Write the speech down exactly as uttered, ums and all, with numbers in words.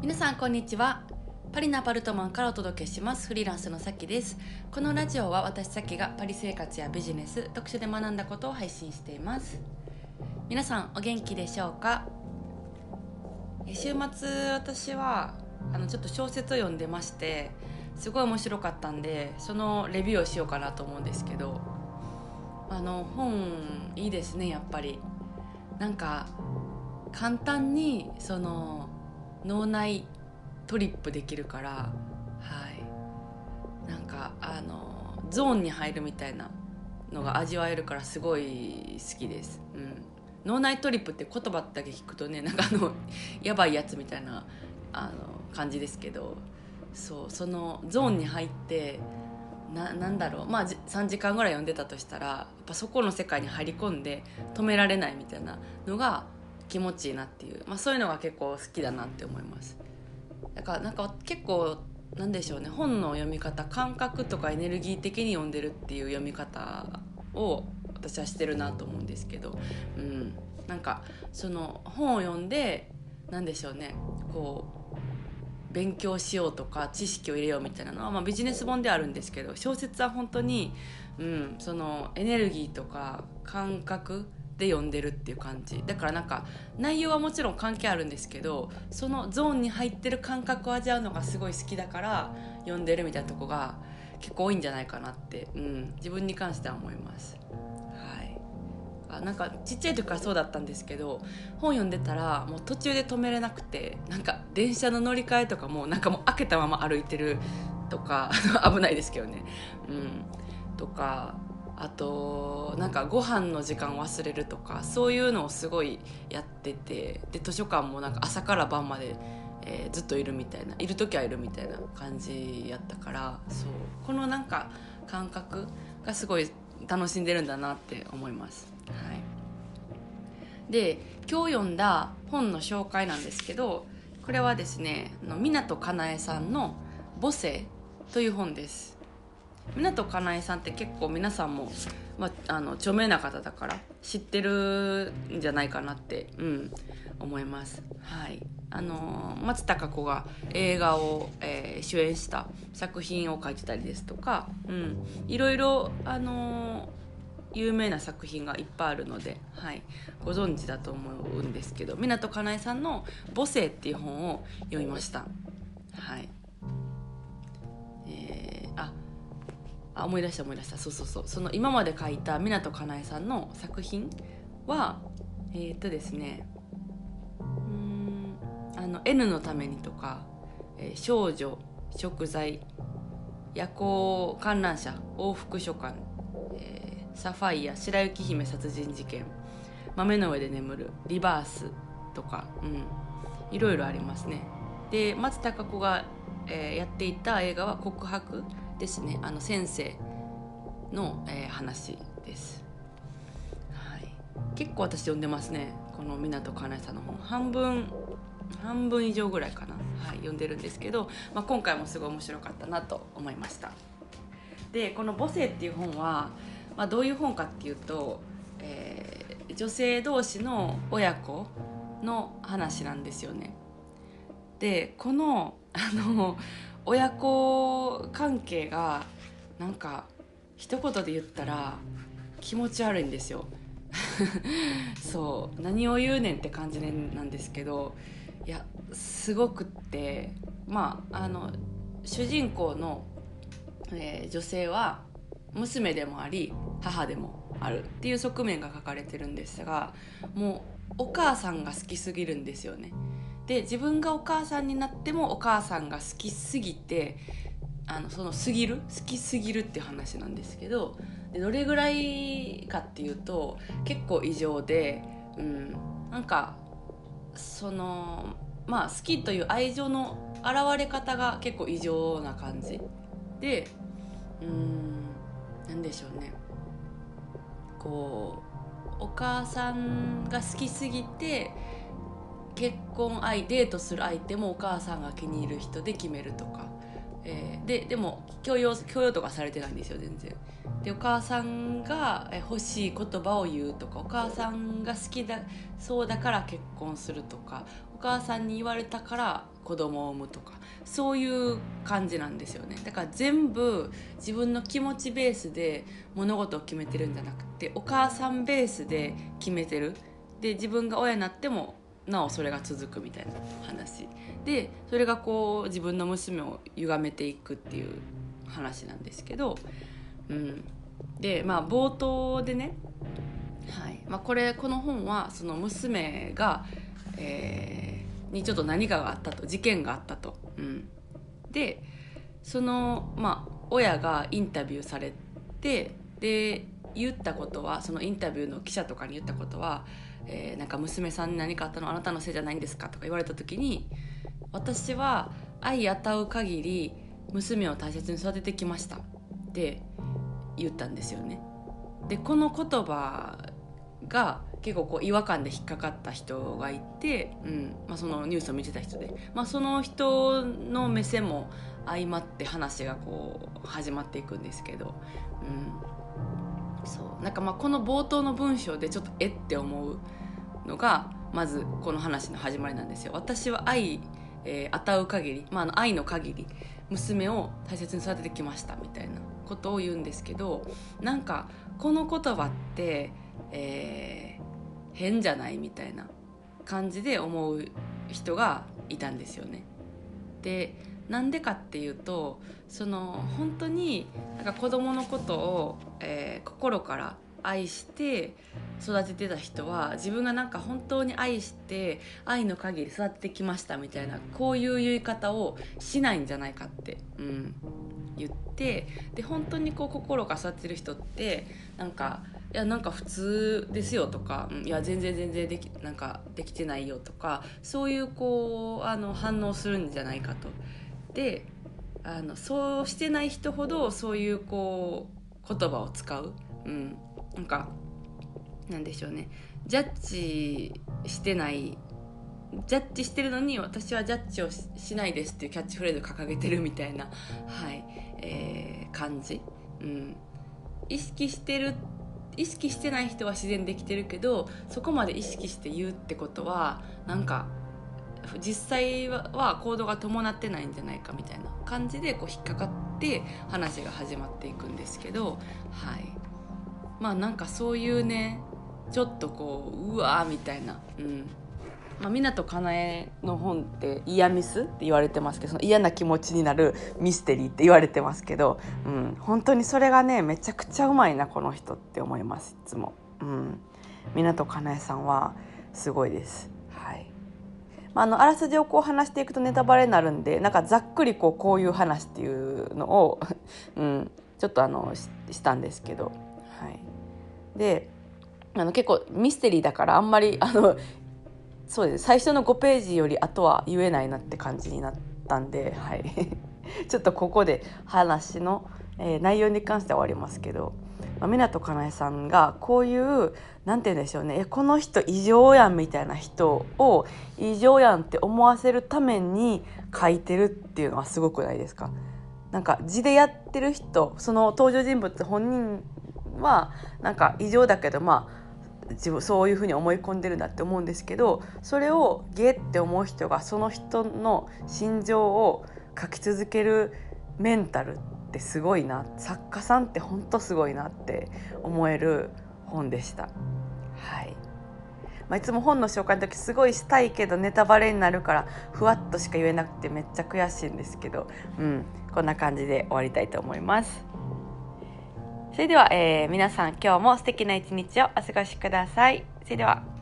皆さんこんにちは。パリのアパルトマンからお届けします。フリーランスのさきです。このラジオは私さきがパリ生活やビジネス、読書で学んだことを配信しています。皆さんお元気でしょうか？週末私はあのちょっと小説を読んでまして、すごい面白かったんでそのレビューをしようかなと思うんですけど、あの本いいですね。やっぱりなんか簡単にその脳内トリップできるから、はい、なんかあのゾーンに入るみたいなのが味わえるからすごい好きです、うん、脳内トリップって言葉だけ聞くとね、なんかあのやばいやつみたいなあの感じですけど、そうそのゾーンに入ってな, なんだろう、まあさんじかんぐらい読んでたとしたら、やっぱそこの世界に入り込んで止められないみたいなのが気持ちいいなっていう、まあ、そういうのが結構好きだなって思います。だからなんか結構なんでしょうね、本の読み方、感覚とかエネルギー的に読んでるっていう読み方を私はしてるなと思うんですけど、うん、なんかその本を読んでなんでしょうね、こう勉強しようとか知識を入れようみたいなのは、まあ、ビジネス本であるんですけど、小説は本当に、うん、そのエネルギーとか感覚で読んでるっていう感じだから、なんか内容はもちろん関係あるんですけど、そのゾーンに入ってる感覚を味わうのがすごい好きだから読んでるみたいなとこが結構多いんじゃないかなって、うん、自分に関しては思います。はい、あ、なんかちっちゃい時からそうだったんですけど、本読んでたらもう途中で止めれなくて、なんか電車の乗り換えとかもなんかもう開けたまま歩いてるとか危ないですけどね、うん、とか、あとなんかご飯の時間忘れるとか、そういうのをすごいやってて、で図書館もなんか朝から晩まで、えー、ずっといるみたいな、いる時はいるみたいな感じやったから、そうこのなんか感覚がすごい楽しんでるんだなって思います。はい、で今日読んだ本の紹介なんですけど、これはですね、湊かなえさんの母性という本です。湊かなえさんって結構皆さんも、まあ、あの著名な方だから知ってるんじゃないかなって、うん、思います。はい、あの松たか子が映画を、えー、主演した作品を書いてたりですとか、うん、いろいろ、あの有名な作品がいっぱいあるので、はい、ご存知だと思うんですけど、湊かなえさんの「母性」っていう本を読みました。はい、えー、ああ思い出した思い出した、そうそうそう、その今まで書いた湊かなえさんの作品はえー、っとですねうーんあの N のためにとか、えー、少女食材、夜行観覧車、往復書簡、えー、サファイア、白雪姫殺人事件、豆の上で眠る、リバースとか、うん、いろいろありますね。で松たか子が、えー、やっていた映画は告白ですね。あの先生の、えー、話です。はい、結構私読んでますね、この湊かなえさんの本。半分半分以上ぐらいかな、はい、読んでるんですけど、まあ、今回もすごい面白かったなと思いました。でこの「母性」っていう本は、まあ、どういう本かっていうと、えー、女性同士の親子の話なんですよね。でこのあの親子関係がなんか一言で言ったら気持ち悪いんですよそう何を言うねんって感じなんですけど、いやすごくって、まああの主人公の、えー女性は娘でもあり母でもあるっていう側面が書かれてるんですが、もうお母さんが好きすぎるんですよね。で自分がお母さんになってもお母さんが好きすぎて、あのそのすぎる好きすぎるっていう話なんですけど、でどれぐらいかっていうと結構異常で、うん、なんかそのまあ好きという愛情の現れ方が結構異常な感じで、うーんなんでしょうね、こうお母さんが好きすぎて結婚相デートする相手もお母さんが気に入る人で決めるとか、えー、で, でも強要強要とかされてないんですよ全然。でお母さんが欲しい言葉を言うとか、お母さんが好きだそうだから結婚するとか、お母さんに言われたから子供を産むとか、そういう感じなんですよね。だから全部自分の気持ちベースで物事を決めてるんじゃなくて、お母さんベースで決めてる。で自分が親になってもなおそれが続くみたいな話で、それがこう自分の娘を歪めていくっていう話なんですけど、うん、でまあ冒頭でね、はいまあ、これこの本はその娘が、えー、にちょっと何かがあったと、事件があったと、うん、でその、まあ、親がインタビューされて、で言ったことは、そのインタビューの記者とかに言ったことは、えー、なんか娘さんに何かあったのあなたのせいじゃないんですかとか言われた時に、私は愛与う限り娘を大切に育ててきましたって言ったんですよね。でこの言葉が結構こう違和感で引っかかった人がいて、うんまあ、そのニュースを見てた人で、まあ、その人の目線も相まって話がこう始まっていくんですけど、うん、そうなんかまあこの冒頭の文章でちょっとえって思うのがまずこの話の始まりなんですよ。私は愛、えー、与う限り、まあ、あの愛の限り娘を大切に育ててきましたみたいなことを言うんですけど、なんかこの言葉って、えー、変じゃないみたいな感じで思う人がいたんですよね。でなんでかっていうと、その本当になんか子供のことを、えー、心から愛して育ててた人は、自分がなんか本当に愛して愛の限り育ててきましたみたいな、こういう言い方をしないんじゃないかって、うん、言って、で本当にこう心から育ててる人ってなんかいやなんか普通ですよとか、いや全然全然できなんかできてないよとか、そういうこうあの反応するんじゃないかと。であのそうしてない人ほどそういうこう言葉を使う、うん、なんかなんでしょうね、ジャッジしてないジャッジしてるのに私はジャッジを し, しないですっていうキャッチフレーズを掲げてるみたいな、はいえー、感じ、うん、意識してる意識してない人は自然できてるけど、そこまで意識して言うってことはなんか実際は行動が伴ってないんじゃないかみたいな感じでこう引っかかって話が始まっていくんですけど、はい、まあなんかそういうねちょっとこううわーみたいな、うんまあ、湊かなえの本って嫌ミスって言われてますけど、その嫌な気持ちになるミステリーって言われてますけど、うん、本当にそれがねめちゃくちゃうまいなこの人って思います。いつも、うん、湊かなえさんはすごいです。はい、まあ、あのあらすじをこう話していくとネタバレになるんで、なんかざっくりこうこういう話っていうのを、うん、ちょっとあの し, したんですけど、はい、であの結構ミステリーだからあんまりあのそうです最初のごページよりあとは言えないなって感じになったんで、はい、ちょっとここで話の、えー、内容に関しては終わりますけど、まあ、湊かなえさんがこういうなんて言うんでしょうね、えこの人異常やんみたいな人を異常やんって思わせるために書いてるっていうのはすごくないですか。なんか字でやってる人、その登場人物本人はなんか異常だけど、まあ自分そういうふうに思い込んでるんだって思うんですけど、それをゲって思う人がその人の心情を書き続けるメンタルってすごいな、作家さんって本当すごいなって思える本でした。はいまあ、いつも本の紹介の時すごいしたいけどネタバレになるからふわっとしか言えなくてめっちゃ悔しいんですけど、うん、こんな感じで終わりたいと思います。それでは、えー、皆さん今日も素敵な一日をお過ごしください。それでは。